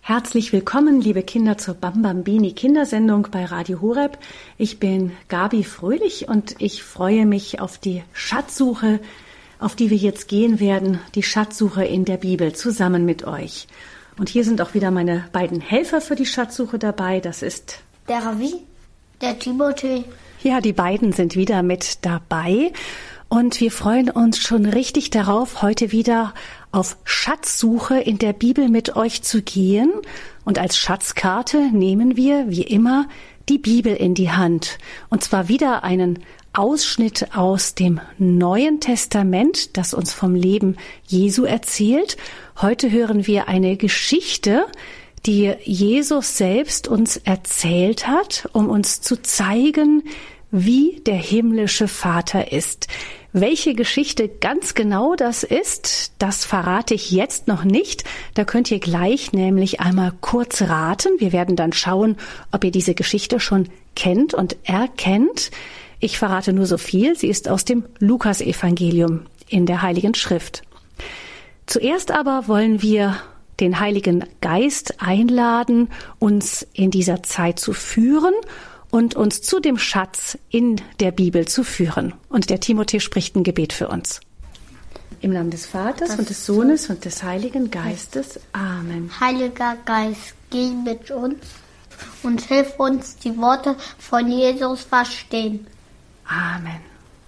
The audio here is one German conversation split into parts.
Herzlich willkommen, liebe Kinder, zur Bambambini Kindersendung bei Radio Horeb. Ich bin Gabi Fröhlich und ich freue mich auf die Schatzsuche, auf die wir jetzt gehen werden, die Schatzsuche in der Bibel zusammen mit euch. Und hier sind auch wieder meine beiden Helfer für die Schatzsuche dabei. Das ist der Ravi, der Timothée. Ja, die beiden sind wieder mit dabei. Und wir freuen uns schon richtig darauf, heute wieder auf Schatzsuche in der Bibel mit euch zu gehen. Und als Schatzkarte nehmen wir, wie immer, die Bibel in die Hand. Und zwar wieder einen Ausschnitt aus dem Neuen Testament, das uns vom Leben Jesu erzählt. Heute hören wir eine Geschichte, die Jesus selbst uns erzählt hat, um uns zu zeigen, wie der himmlische Vater ist. Welche Geschichte ganz genau das ist, das verrate ich jetzt noch nicht. Da könnt ihr gleich nämlich einmal kurz raten. Wir werden dann schauen, ob ihr diese Geschichte schon kennt und erkennt. Ich verrate nur so viel. Sie ist aus dem Lukas-Evangelium in der Heiligen Schrift. Zuerst aber wollen wir den Heiligen Geist einladen, uns in dieser Zeit zu führen und uns zu dem Schatz in der Bibel zu führen. Und der Timothée spricht ein Gebet für uns. Im Namen des Vaters und des Sohnes und des Heiligen Geistes. Amen. Heiliger Geist, geh mit uns und hilf uns, die Worte von Jesus verstehen. Amen.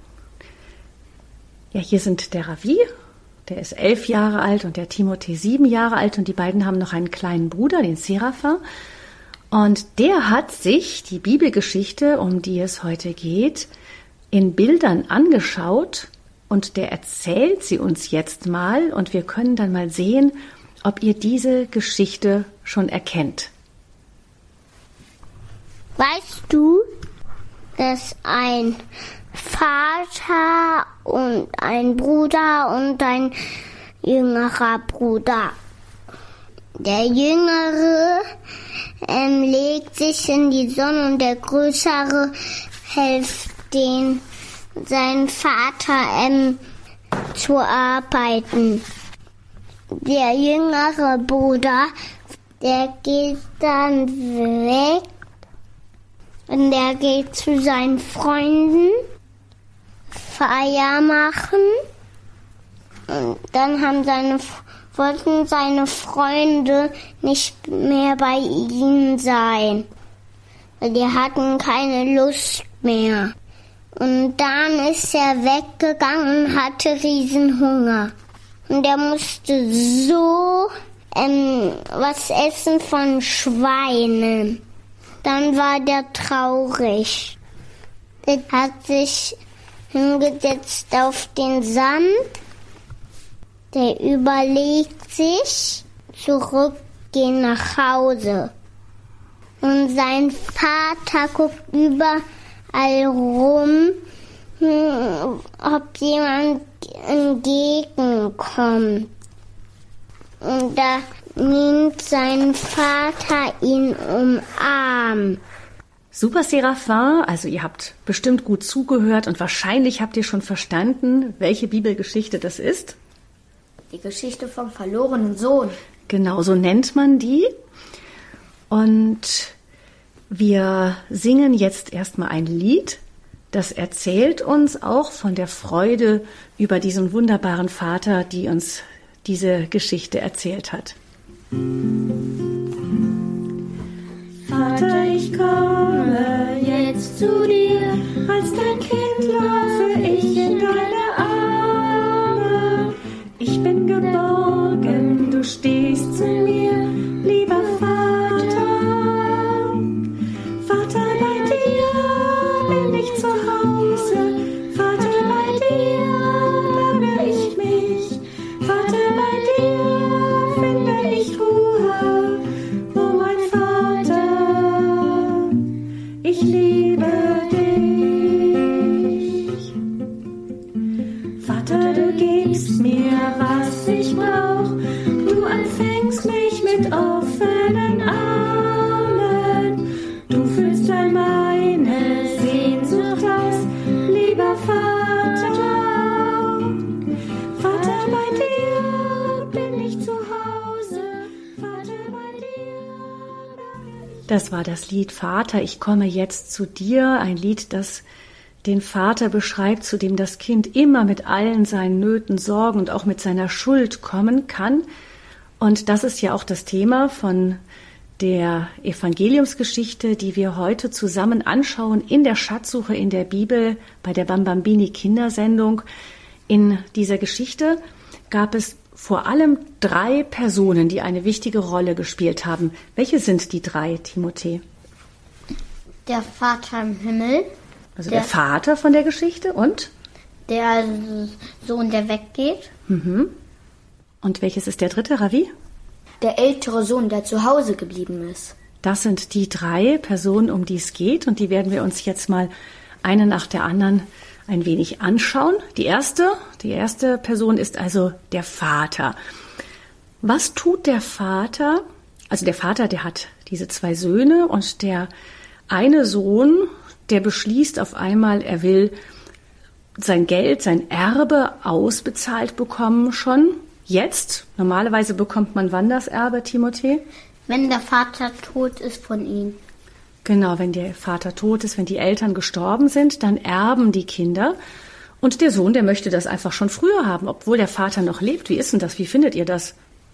Ja, hier sind der Ravi, der ist 11 Jahre alt, und der Timothée 7 Jahre alt, und die beiden haben noch einen kleinen Bruder, den Seraphin. Und der hat sich die Bibelgeschichte, um die es heute geht, in Bildern angeschaut, und der erzählt sie uns jetzt mal, und wir können dann mal sehen, ob ihr diese Geschichte schon erkennt. Weißt du, dass ein Vater und ein Bruder und ein jüngerer Bruder, der Jüngere legt sich in die Sonne und der Größere hilft seinen Vater zu arbeiten. Der jüngere Bruder, der geht dann weg und der geht zu seinen Freunden Feier machen. Und dann wollten seine Freunde nicht mehr bei ihm sein, weil die hatten keine Lust mehr. Und dann ist er weggegangen und hatte Riesenhunger. Und er musste so was essen von Schweinen. Dann war der traurig. Er hat sich hingesetzt auf den Sand. Der überlegt sich, zurückgehen nach Hause. Und sein Vater guckt überall rum, ob jemand entgegenkommt. Und da nimmt sein Vater ihn umarmt. Super, Seraphin, also ihr habt bestimmt gut zugehört und wahrscheinlich habt ihr schon verstanden, welche Bibelgeschichte das ist. Die Geschichte vom verlorenen Sohn. Genau, so nennt man die. Und wir singen jetzt erstmal ein Lied, das erzählt uns auch von der Freude über diesen wunderbaren Vater, die uns diese Geschichte erzählt hat. Vater, ich komme jetzt zu dir, als dein Kind laufe ich in deine Arme. Ich bin geborgen, du stehst zu mir, lieber Vater. Vater, bei dir bin ich zu Hause. Vater, bei dir berge ich mich. Vater, bei dir finde ich Ruhe. Oh mein Vater, ich liebe dich. Vater, du gibst mir, was ich brauch. Du empfängst mich mit offenen Armen. Du füllst all meine Sehnsucht aus, lieber Vater. Vater, bei dir bin ich zu Hause. Vater, bei dir Das war das Lied Vater, ich komme jetzt zu dir, ein Lied, das den Vater beschreibt, zu dem das Kind immer mit allen seinen Nöten, Sorgen und auch mit seiner Schuld kommen kann. Und das ist ja auch das Thema von der Evangeliumsgeschichte, die wir heute zusammen anschauen in der Schatzsuche in der Bibel bei der Bambambini Kindersendung. In dieser Geschichte gab es vor allem 3 Personen, die eine wichtige Rolle gespielt haben. Welche sind die 3, Timothée? Der Vater im Himmel. Also der Vater von der Geschichte und? Der Sohn, der weggeht. Mhm. Und welches ist der 3., Ravi? Der ältere Sohn, der zu Hause geblieben ist. Das sind die 3 Personen, um die es geht. Und die werden wir uns jetzt mal eine nach der anderen ein wenig anschauen. Die erste Person ist also der Vater. Was tut der Vater? Also der Vater, der hat diese 2 Söhne und der eine Sohn, der beschließt auf einmal, er will sein Geld, sein Erbe ausbezahlt bekommen schon. Jetzt, normalerweise bekommt man wann das Erbe, Timothée? Wenn der Vater tot ist von ihm. Genau, wenn der Vater tot ist, wenn die Eltern gestorben sind, dann erben die Kinder. Und der Sohn, der möchte das einfach schon früher haben, obwohl der Vater noch lebt. Wie ist denn das? Wie findet ihr das?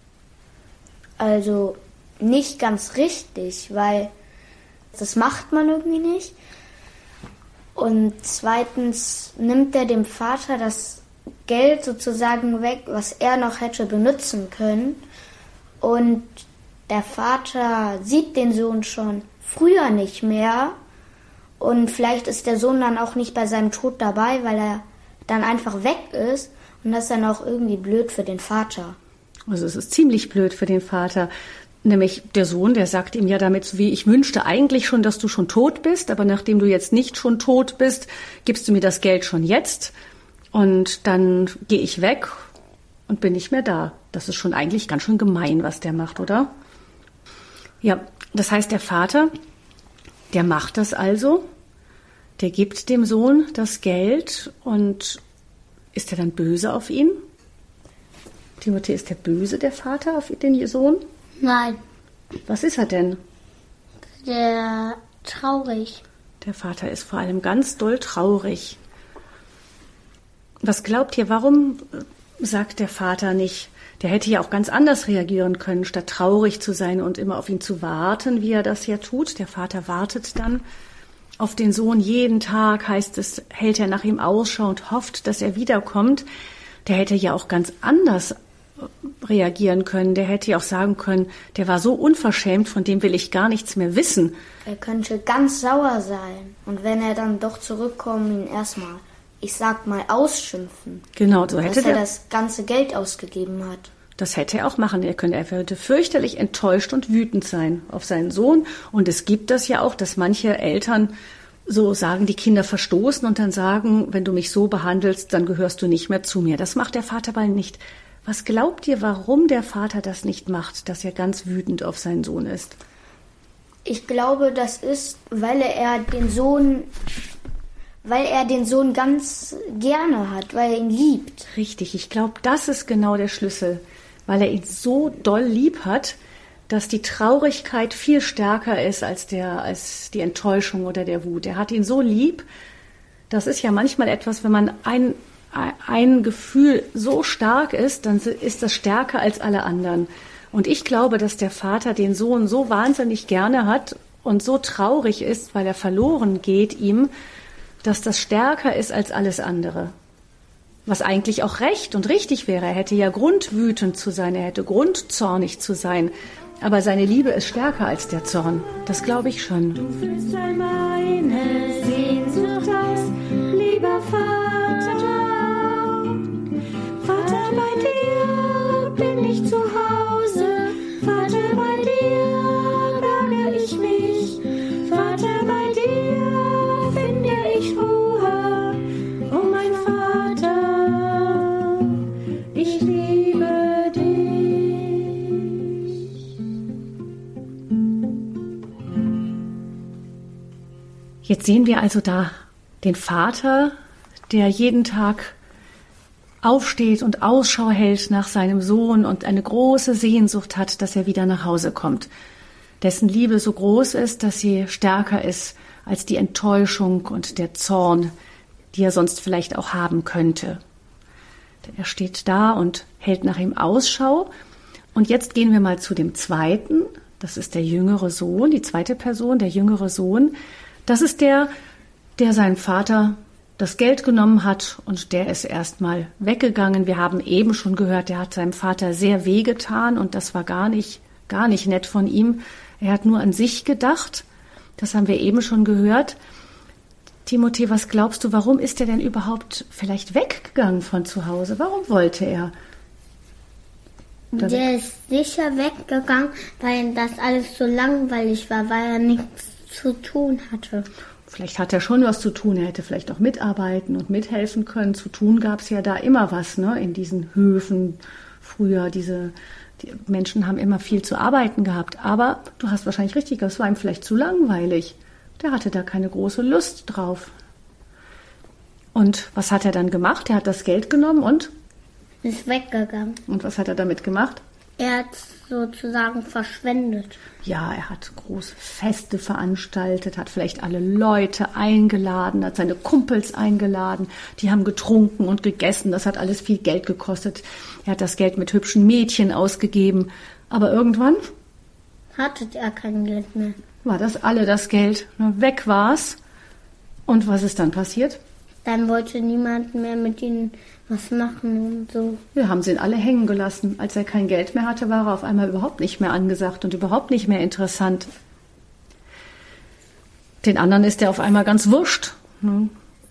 Also nicht ganz richtig, weil das macht man irgendwie nicht. Und zweitens nimmt er dem Vater das Geld sozusagen weg, was er noch hätte benutzen können. Und der Vater sieht den Sohn schon früher nicht mehr. Und vielleicht ist der Sohn dann auch nicht bei seinem Tod dabei, weil er dann einfach weg ist. Und das ist dann auch irgendwie blöd für den Vater. Also es ist ziemlich blöd für den Vater. Nämlich der Sohn, der sagt ihm ja damit so wie, ich wünschte eigentlich schon, dass du schon tot bist, aber nachdem du jetzt nicht schon tot bist, gibst du mir das Geld schon jetzt und dann gehe ich weg und bin nicht mehr da. Das ist schon eigentlich ganz schön gemein, was der macht, oder? Ja, das heißt, der Vater, der macht das also, der gibt dem Sohn das Geld und ist er dann böse auf ihn? Timothée, ist der böse, der Vater, auf den Sohn? Nein. Was ist er denn? Der traurig. Der Vater ist vor allem ganz doll traurig. Was glaubt ihr, warum sagt der Vater nicht? Der hätte ja auch ganz anders reagieren können, statt traurig zu sein und immer auf ihn zu warten, wie er das ja tut. Der Vater wartet dann auf den Sohn jeden Tag, heißt es, hält er nach ihm Ausschau und hofft, dass er wiederkommt. Der hätte ja auch ganz anders reagieren können. Der hätte ja auch sagen können, der war so unverschämt, von dem will ich gar nichts mehr wissen. Er könnte ganz sauer sein. Und wenn er dann doch zurückkommt, ihn erstmal, ich sag mal, ausschimpfen. Genau, so hätte dass er das ganze Geld ausgegeben hat. Das hätte er auch machen können. Er würde fürchterlich enttäuscht und wütend sein auf seinen Sohn. Und es gibt das ja auch, dass manche Eltern so sagen, die Kinder verstoßen und dann sagen, wenn du mich so behandelst, dann gehörst du nicht mehr zu mir. Das macht der Vater aber nicht. Was glaubt ihr, warum der Vater das nicht macht, dass er ganz wütend auf seinen Sohn ist? Ich glaube, das ist, weil er den Sohn ganz gerne hat, weil er ihn liebt. Richtig, ich glaube, das ist genau der Schlüssel, weil er ihn so doll lieb hat, dass die Traurigkeit viel stärker ist als die Enttäuschung oder der Wut. Er hat ihn so lieb. Das ist ja manchmal etwas, wenn man ein Gefühl so stark ist, dann ist das stärker als alle anderen. Und ich glaube, dass der Vater den Sohn so wahnsinnig gerne hat und so traurig ist, weil er verloren geht ihm, dass das stärker ist als alles andere. Was eigentlich auch recht und richtig wäre. Er hätte ja Grund, wütend zu sein, er hätte Grund, zornig zu sein. Aber seine Liebe ist stärker als der Zorn. Das glaube ich schon. Du fühlst all meine Sehnsucht aus, lieber Vater. Vater, bei dir bin ich zu Hause. Vater, bei dir berge ich mich. Vater, bei dir finde ich Ruhe. Oh mein Vater, ich liebe dich. Jetzt sehen wir also da den Vater, der jeden Tag aufsteht und Ausschau hält nach seinem Sohn und eine große Sehnsucht hat, dass er wieder nach Hause kommt. dessen Liebe so groß ist, dass sie stärker ist als die Enttäuschung und der Zorn, die er sonst vielleicht auch haben könnte. Er steht da und hält nach ihm Ausschau. Und jetzt gehen wir mal zu dem zweiten. Das ist der jüngere Sohn, die zweite Person, der jüngere Sohn. Das ist der seinen Vater das Geld genommen hat und der ist erstmal weggegangen. Wir haben eben schon gehört, der hat seinem Vater sehr wehgetan und das war gar nicht nett von ihm. Er hat nur an sich gedacht. Das haben wir eben schon gehört. Timothée, was glaubst du, warum ist er denn überhaupt vielleicht weggegangen von zu Hause? Warum wollte er? Der ist sicher weggegangen, weil das alles so langweilig war, weil er nichts zu tun hatte. Vielleicht hat er schon was zu tun. Er hätte vielleicht auch mitarbeiten und mithelfen können. Zu tun gab es ja da immer was, ne? In diesen Höfen früher. Die Menschen haben immer viel zu arbeiten gehabt. Aber du hast wahrscheinlich richtig, es war ihm vielleicht zu langweilig. Der hatte da keine große Lust drauf. Und was hat er dann gemacht? Er hat das Geld genommen und? Ist weggegangen. Und was hat er damit gemacht? Er hat sozusagen verschwendet. Ja, er hat große Feste veranstaltet, hat vielleicht alle Leute eingeladen, hat seine Kumpels eingeladen. Die haben getrunken und gegessen. Das hat alles viel Geld gekostet. Er hat das Geld mit hübschen Mädchen ausgegeben. Aber irgendwann Hatte er kein Geld mehr. War das Geld. Weg war's. Und was ist dann passiert? Dann wollte niemand mehr mit ihnen was machen und so. Wir haben sie ihn alle hängen gelassen. Als er kein Geld mehr hatte, war er auf einmal überhaupt nicht mehr angesagt und überhaupt nicht mehr interessant. Den anderen ist er auf einmal ganz wurscht. Und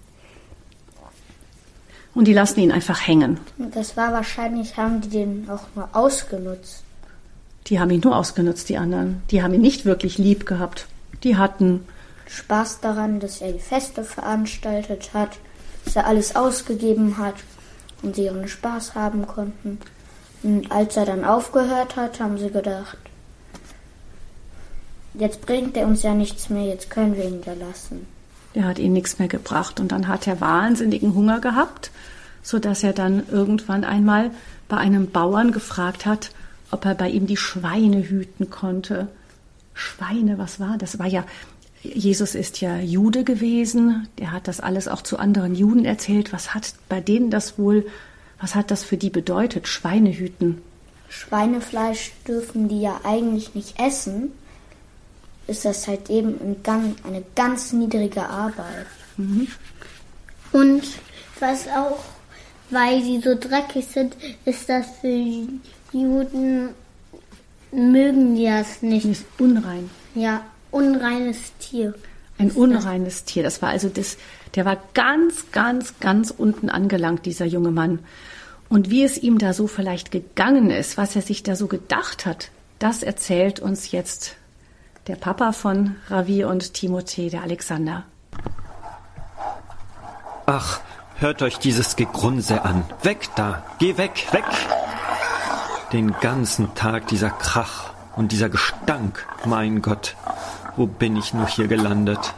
die lassen ihn einfach hängen. Das war wahrscheinlich, haben die den auch nur ausgenutzt. Die haben ihn nur ausgenutzt, die anderen. Die haben ihn nicht wirklich lieb gehabt. Die hatten Spaß daran, dass er die Feste veranstaltet hat, dass er alles ausgegeben hat und sie ihren Spaß haben konnten. Und als er dann aufgehört hat, haben sie gedacht, jetzt bringt er uns ja nichts mehr, jetzt können wir ihn da lassen. Der hat ihnen nichts mehr gebracht und dann hat er wahnsinnigen Hunger gehabt, sodass er dann irgendwann einmal bei einem Bauern gefragt hat, ob er bei ihm die Schweine hüten konnte. Schweine, was war das? Jesus ist ja Jude gewesen, der hat das alles auch zu anderen Juden erzählt. Was hat das für die bedeutet, Schweine hüten? Schweinefleisch dürfen die ja eigentlich nicht essen. Ist das halt eben eine ganz niedrige Arbeit. Mhm. Und was auch, weil sie so dreckig sind, ist das für Juden, mögen die das nicht. Ist unrein. Ja, unreines Tier. Ein unreines Tier. Das war also der war ganz, ganz, ganz unten angelangt, dieser junge Mann. Und wie es ihm da so vielleicht gegangen ist, was er sich da so gedacht hat, das erzählt uns jetzt der Papa von Ravi und Timothée, der Alexander. Ach, hört euch dieses Gegrunse an. Weg da, geh weg, weg. Den ganzen Tag dieser Krach und dieser Gestank. Mein Gott, wo bin ich nur hier gelandet?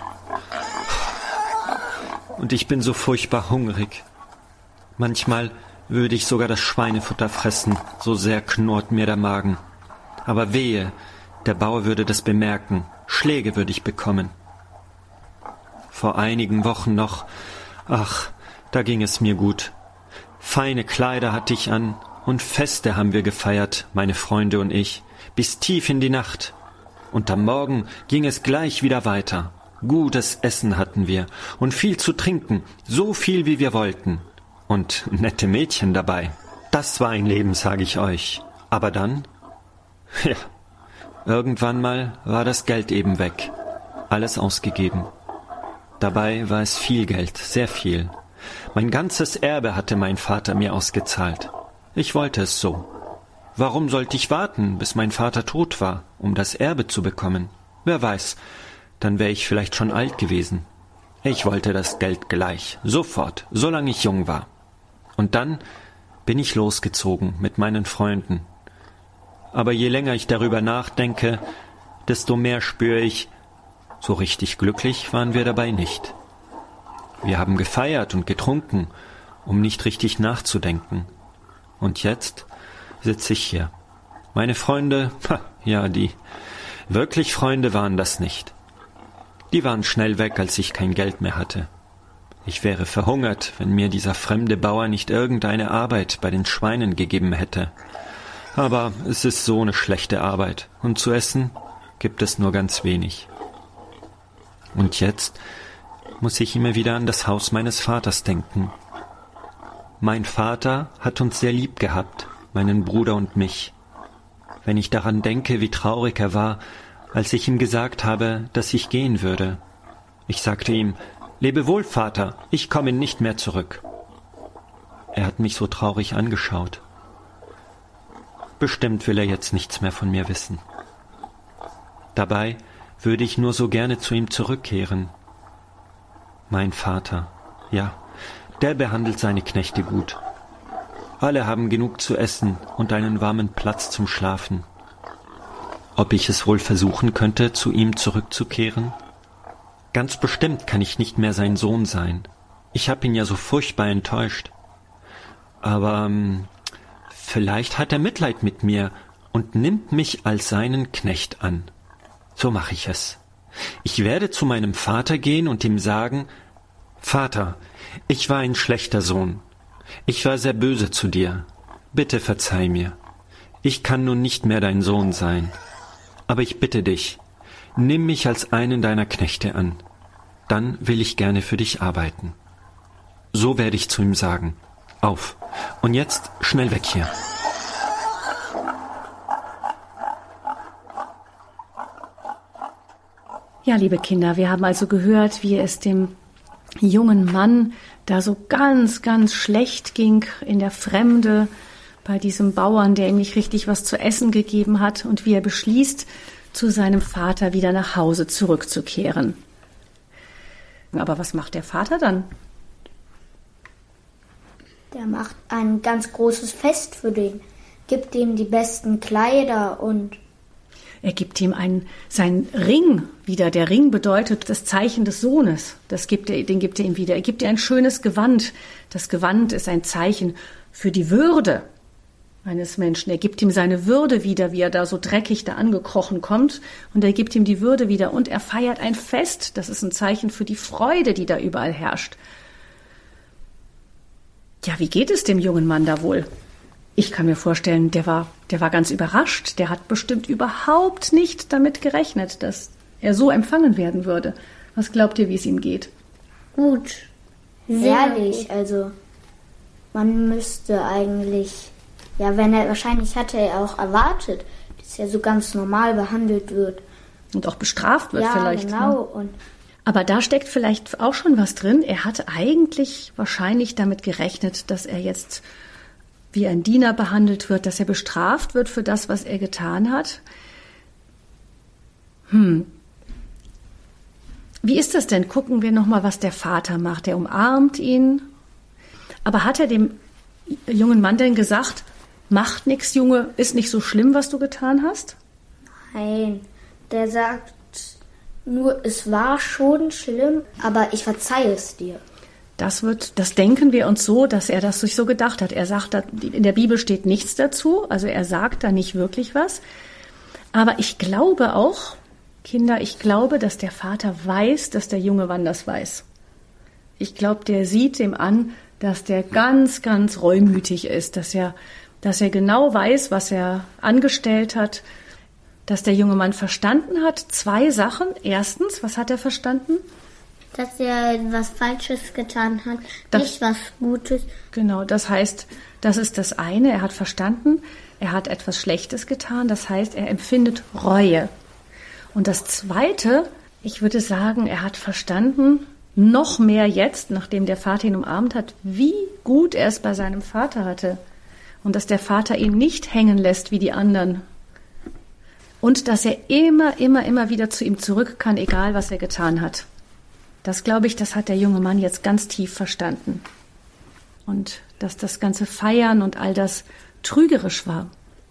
Und ich bin so furchtbar hungrig. Manchmal würde ich sogar das Schweinefutter fressen, so sehr knurrt mir der Magen. Aber wehe, der Bauer würde das bemerken, Schläge würde ich bekommen. Vor einigen Wochen noch, ach, da ging es mir gut. Feine Kleider hatte ich an und Feste haben wir gefeiert, meine Freunde und ich, bis tief in die Nacht. Und am Morgen ging es gleich wieder weiter. Gutes Essen hatten wir und viel zu trinken, so viel wie wir wollten. Und nette Mädchen dabei. Das war ein Leben, sage ich euch. Aber dann, ja, irgendwann mal war das Geld eben weg. Alles ausgegeben. Dabei war es viel Geld, sehr viel. Mein ganzes Erbe hatte mein Vater mir ausgezahlt. Ich wollte es so. Warum sollte ich warten, bis mein Vater tot war, um das Erbe zu bekommen? Wer weiß, dann wäre ich vielleicht schon alt gewesen. Ich wollte das Geld gleich, sofort, solange ich jung war. Und dann bin ich losgezogen mit meinen Freunden. Aber je länger ich darüber nachdenke, desto mehr spüre ich, so richtig glücklich waren wir dabei nicht. Wir haben gefeiert und getrunken, um nicht richtig nachzudenken. Und jetzt sitze ich hier. Meine Freunde, ja, die Wirklich Freunde waren das nicht. Die waren schnell weg, als ich kein Geld mehr hatte. Ich wäre verhungert, wenn mir dieser fremde Bauer nicht irgendeine Arbeit bei den Schweinen gegeben hätte. Aber es ist so eine schlechte Arbeit, und zu essen gibt es nur ganz wenig. Und jetzt muss ich immer wieder an das Haus meines Vaters denken. Mein Vater hat uns sehr lieb gehabt, meinen Bruder und mich. Wenn ich daran denke, wie traurig er war, als ich ihm gesagt habe, dass ich gehen würde. Ich sagte ihm: »Lebe wohl, Vater, ich komme nicht mehr zurück.« Er hat mich so traurig angeschaut. Bestimmt will er jetzt nichts mehr von mir wissen. Dabei würde ich nur so gerne zu ihm zurückkehren. Mein Vater, ja, der behandelt seine Knechte gut. Alle haben genug zu essen und einen warmen Platz zum Schlafen. Ob ich es wohl versuchen könnte, zu ihm zurückzukehren? Ganz bestimmt kann ich nicht mehr sein Sohn sein. Ich habe ihn ja so furchtbar enttäuscht. Aber vielleicht hat er Mitleid mit mir und nimmt mich als seinen Knecht an. So mache ich es. Ich werde zu meinem Vater gehen und ihm sagen: »Vater, ich war ein schlechter Sohn. Ich war sehr böse zu dir. Bitte verzeih mir. Ich kann nun nicht mehr dein Sohn sein. Aber ich bitte dich, nimm mich als einen deiner Knechte an. Dann will ich gerne für dich arbeiten.« So werde ich zu ihm sagen: »Auf, und jetzt schnell weg hier.« Ja, liebe Kinder, wir haben also gehört, wie es dem jungen Mann da so ganz, ganz schlecht ging in der Fremde bei diesem Bauern, der ihm nicht richtig was zu essen gegeben hat, und wie er beschließt, zu seinem Vater wieder nach Hause zurückzukehren. Aber was macht der Vater dann? Der macht ein ganz großes Fest für den, gibt ihm die besten Kleider und er gibt ihm seinen Ring wieder. Der Ring bedeutet das Zeichen des Sohnes. Den gibt er ihm wieder. Er gibt ihm ein schönes Gewand. Das Gewand ist ein Zeichen für die Würde eines Menschen. Er gibt ihm seine Würde wieder, wie er da so dreckig da angekrochen kommt. Und er gibt ihm die Würde wieder. Und er feiert ein Fest. Das ist ein Zeichen für die Freude, die da überall herrscht. Ja, wie geht es dem jungen Mann da wohl? Ich kann mir vorstellen, der war ganz überrascht. Der hat bestimmt überhaupt nicht damit gerechnet, dass er so empfangen werden würde. Was glaubt ihr, wie es ihm geht? Gut. Herrlich. Also man müsste eigentlich, wahrscheinlich hatte er auch erwartet, dass er so ganz normal behandelt wird. Und auch bestraft wird vielleicht. Ja, genau. Ne? Aber da steckt vielleicht auch schon was drin. Er hat eigentlich wahrscheinlich damit gerechnet, dass er jetzt wie ein Diener behandelt wird, dass er bestraft wird für das, was er getan hat. Wie ist das denn? Gucken wir noch mal, was der Vater macht. Er umarmt ihn. Aber hat er dem jungen Mann denn gesagt: Macht nichts, Junge, ist nicht so schlimm, was du getan hast? Nein, der sagt nur, es war schon schlimm, aber ich verzeihe es dir. Das denken wir uns so, dass er das sich so gedacht hat. Er sagt, in der Bibel steht nichts dazu, also er sagt da nicht wirklich was. Aber ich glaube auch, Kinder, dass der Vater weiß, dass der junge Mann das weiß. Ich glaube, der sieht ihm an, dass der ganz, ganz reumütig ist, dass er genau weiß, was er angestellt hat, dass der junge Mann verstanden hat. 2 Sachen. Erstens, was hat er verstanden? Dass er was Falsches getan hat, nicht was Gutes. Genau, das heißt, das ist das eine. Er hat verstanden, er hat etwas Schlechtes getan. Das heißt, er empfindet Reue. Und das Zweite, ich würde sagen, er hat verstanden, noch mehr jetzt, nachdem der Vater ihn umarmt hat, wie gut er es bei seinem Vater hatte. Und dass der Vater ihn nicht hängen lässt wie die anderen. Und dass er immer wieder zu ihm zurück kann, egal was er getan hat. Das, glaube ich, das hat der junge Mann jetzt ganz tief verstanden. Und dass das ganze Feiern und all das trügerisch war.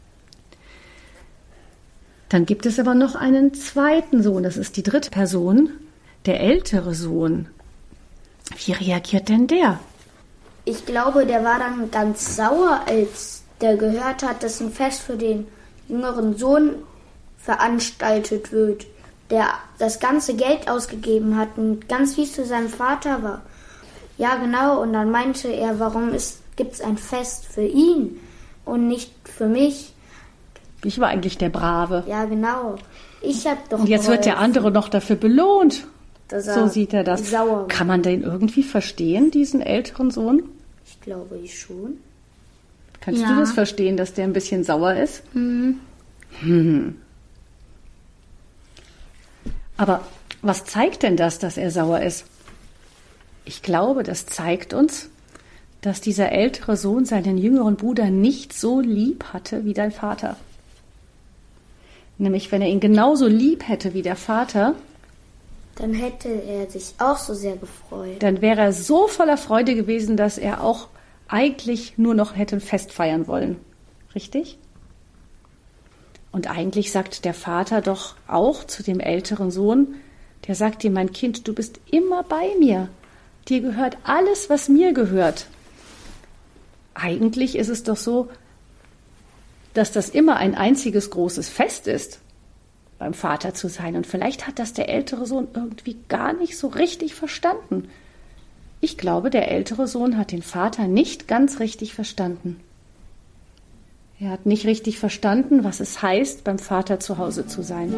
Dann gibt es aber noch einen zweiten Sohn, das ist die dritte Person, der ältere Sohn. Wie reagiert denn der? Ich glaube, der war dann ganz sauer, als der gehört hat, dass ein Fest für den jüngeren Sohn veranstaltet wird, der das ganze Geld ausgegeben hat und ganz fies zu seinem Vater war. Ja, genau, und dann meinte er, warum gibt es ein Fest für ihn und nicht für mich? Ich war eigentlich der Brave. Ja, genau. Ich hab doch Und jetzt wird der andere noch dafür belohnt. So sieht er das. Sauer. Kann man den irgendwie verstehen, diesen älteren Sohn? Ich glaube, ich schon. Kannst du das verstehen, dass der ein bisschen sauer ist? Aber was zeigt denn das, dass er sauer ist? Ich glaube, das zeigt uns, dass dieser ältere Sohn seinen jüngeren Bruder nicht so lieb hatte wie dein Vater. Nämlich, wenn er ihn genauso lieb hätte wie der Vater, dann hätte er sich auch so sehr gefreut. Dann wäre er so voller Freude gewesen, dass er auch eigentlich nur noch hätte ein Fest feiern wollen. Richtig? Und eigentlich sagt der Vater doch auch zu dem älteren Sohn, der sagt ihm, mein Kind, du bist immer bei mir. Dir gehört alles, was mir gehört. Eigentlich ist es doch so, dass das immer ein einziges großes Fest ist, beim Vater zu sein. Und vielleicht hat das der ältere Sohn irgendwie gar nicht so richtig verstanden. Ich glaube, der ältere Sohn hat den Vater nicht ganz richtig verstanden. Er hat nicht richtig verstanden, was es heißt, beim Vater zu Hause zu sein.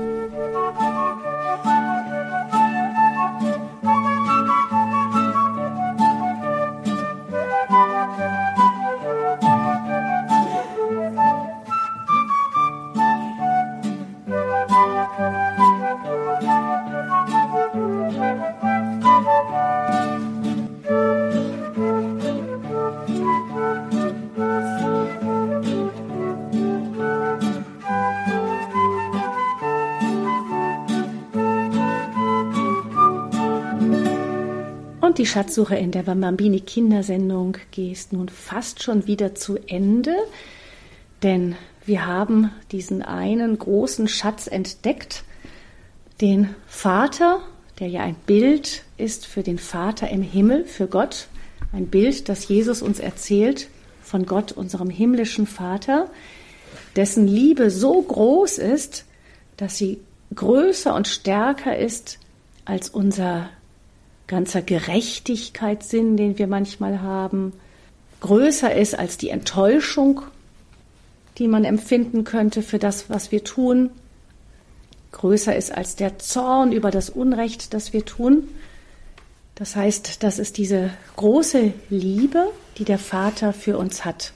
Und die Schatzsuche in der Bambini Kindersendung geht nun fast schon wieder zu Ende, denn wir haben diesen einen großen Schatz entdeckt, den Vater, der ja ein Bild ist für den Vater im Himmel, für Gott, ein Bild, das Jesus uns erzählt von Gott, unserem himmlischen Vater, dessen Liebe so groß ist, dass sie größer und stärker ist als unser ganzer Gerechtigkeitssinn, den wir manchmal haben, größer ist als die Enttäuschung, die man empfinden könnte für das, was wir tun, größer ist als der Zorn über das Unrecht, das wir tun. Das heißt, das ist diese große Liebe, die der Vater für uns hat.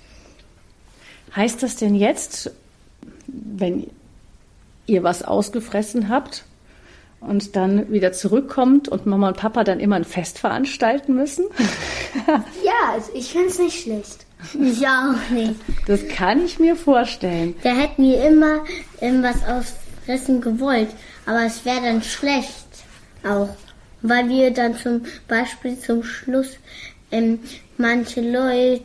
Heißt das denn jetzt, wenn ihr was ausgefressen habt und dann wieder zurückkommt und Mama und Papa dann immer ein Fest veranstalten müssen? Ja, also ich finde es nicht schlecht. Ich auch nicht. Das kann ich mir vorstellen. Da hätten wir immer was ausfressen gewollt, aber es wäre dann schlecht auch, weil wir dann zum Beispiel zum Schluss manche Leute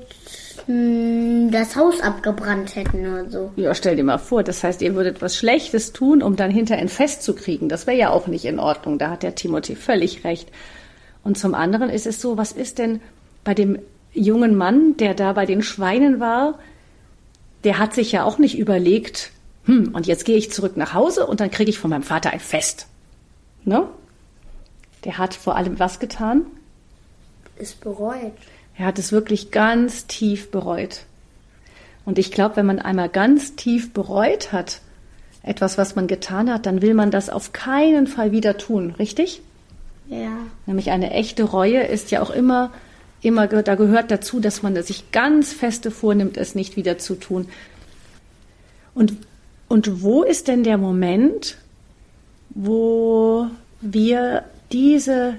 das Haus abgebrannt hätten oder so. Ja, stell dir mal vor, das heißt, ihr würdet was Schlechtes tun, um dann hinterher ein Fest zu kriegen. Das wäre ja auch nicht in Ordnung, da hat der Timothée völlig recht. Und zum anderen ist es so, was ist denn bei dem jungen Mann, der da bei den Schweinen war, der hat sich ja auch nicht überlegt, und jetzt gehe ich zurück nach Hause und dann kriege ich von meinem Vater ein Fest. Ne? Der hat vor allem was getan? Ist bereut. Er hat es wirklich ganz tief bereut. Und ich glaube, wenn man einmal ganz tief bereut hat, etwas, was man getan hat, dann will man das auf keinen Fall wieder tun, richtig? Ja. Nämlich eine echte Reue ist ja auch immer, da gehört dazu, dass man sich ganz feste vornimmt, es nicht wieder zu tun. Und wo ist denn der Moment, wo wir diese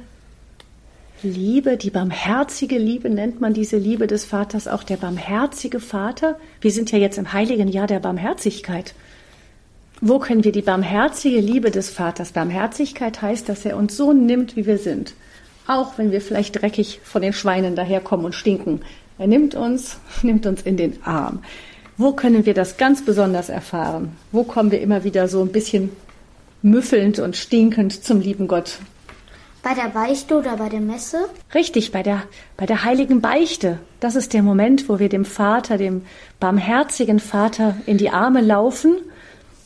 Liebe, die barmherzige Liebe, nennt man diese Liebe des Vaters auch, der barmherzige Vater. Wir sind ja jetzt im heiligen Jahr der Barmherzigkeit. Wo können wir die barmherzige Liebe des Vaters? Barmherzigkeit heißt, dass er uns so nimmt, wie wir sind. Auch wenn wir vielleicht dreckig von den Schweinen daherkommen und stinken. Er nimmt uns in den Arm. Wo können wir das ganz besonders erfahren? Wo kommen wir immer wieder so ein bisschen müffelnd und stinkend zum lieben Gott? Bei der Beichte oder bei der Messe? Richtig, bei der heiligen Beichte. Das ist der Moment, wo wir dem Vater, dem barmherzigen Vater, in die Arme laufen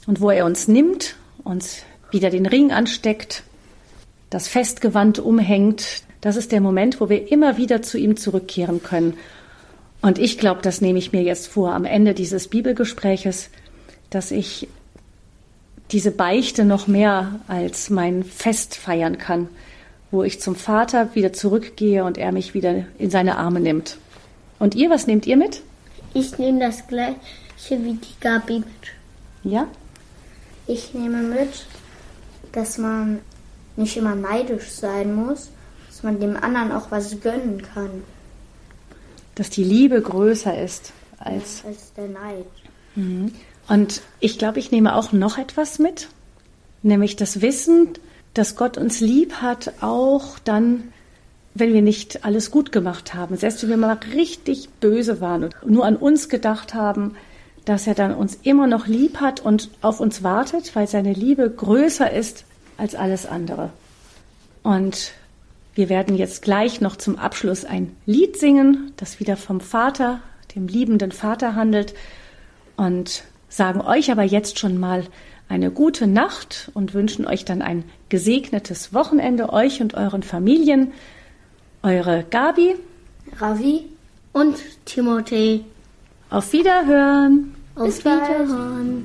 Und wo er uns nimmt, uns wieder den Ring ansteckt, das Festgewand umhängt, das ist der Moment, wo wir immer wieder zu ihm zurückkehren können. Und ich glaube, das nehme ich mir jetzt vor, am Ende dieses Bibelgespräches, dass ich diese Beichte noch mehr als mein Fest feiern kann, wo ich zum Vater wieder zurückgehe und er mich wieder in seine Arme nimmt. Und ihr, was nehmt ihr mit? Ich nehme das Gleiche wie die Gabi mit. Ja? Ich nehme mit, dass man nicht immer neidisch sein muss, dass man dem anderen auch was gönnen kann. Dass die Liebe größer ist als der Neid. Mhm. Und ich glaube, ich nehme auch noch etwas mit, nämlich das Wissen, dass Gott uns lieb hat, auch dann, wenn wir nicht alles gut gemacht haben. Selbst wenn wir mal richtig böse waren und nur an uns gedacht haben, dass er dann uns immer noch lieb hat und auf uns wartet, weil seine Liebe größer ist als alles andere. Und wir werden jetzt gleich noch zum Abschluss ein Lied singen, das wieder vom Vater, dem liebenden Vater handelt, und sagen euch aber jetzt schon mal eine gute Nacht und wünschen euch dann ein gesegnetes Wochenende, euch und euren Familien. Eure Gabi, Ravi und Timothée. Auf Wiederhören. Auf Wiederhören.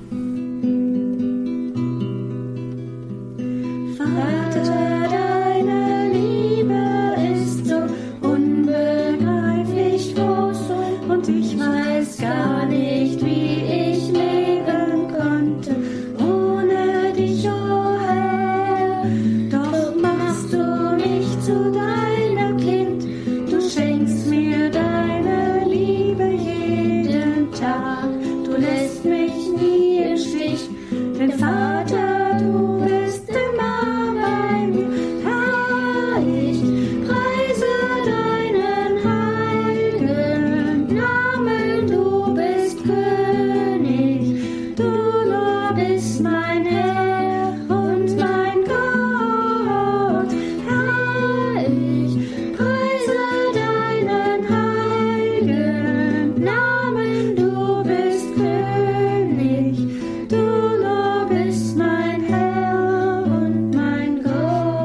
Vater, deine Liebe ist so unbegreiflich groß und ich weiß gar nicht, wie ich leben konnte ohne dich, oh Herr. Doch machst du mich zu deinem Kind, du schenkst mir deine Liebe jeden Tag, du lässt mich nie im Stich, denn Vater, du bist immer bei mir. Herr, ich preise deinen heiligen Namen, du bist König, du nur bist mein Herr und mein Gott. Herr, ich preise deinen heiligen Namen, du bist König, du nur bist mein Herr und mein Gott.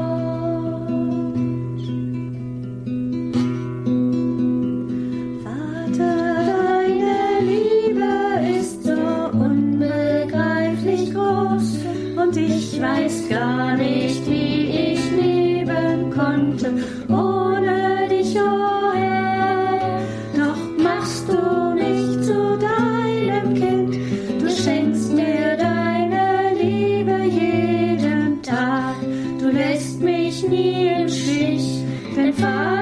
Vater, deine Liebe ist so unbegreiflich groß und ich weiß gar nicht, wie ich leben konnte ohne dich, oh Herr. Doch machst du mich zu deinem Kind, du schenkst mir deine Liebe jeden Tag, du lässt mich nie im Stich, denn Vater,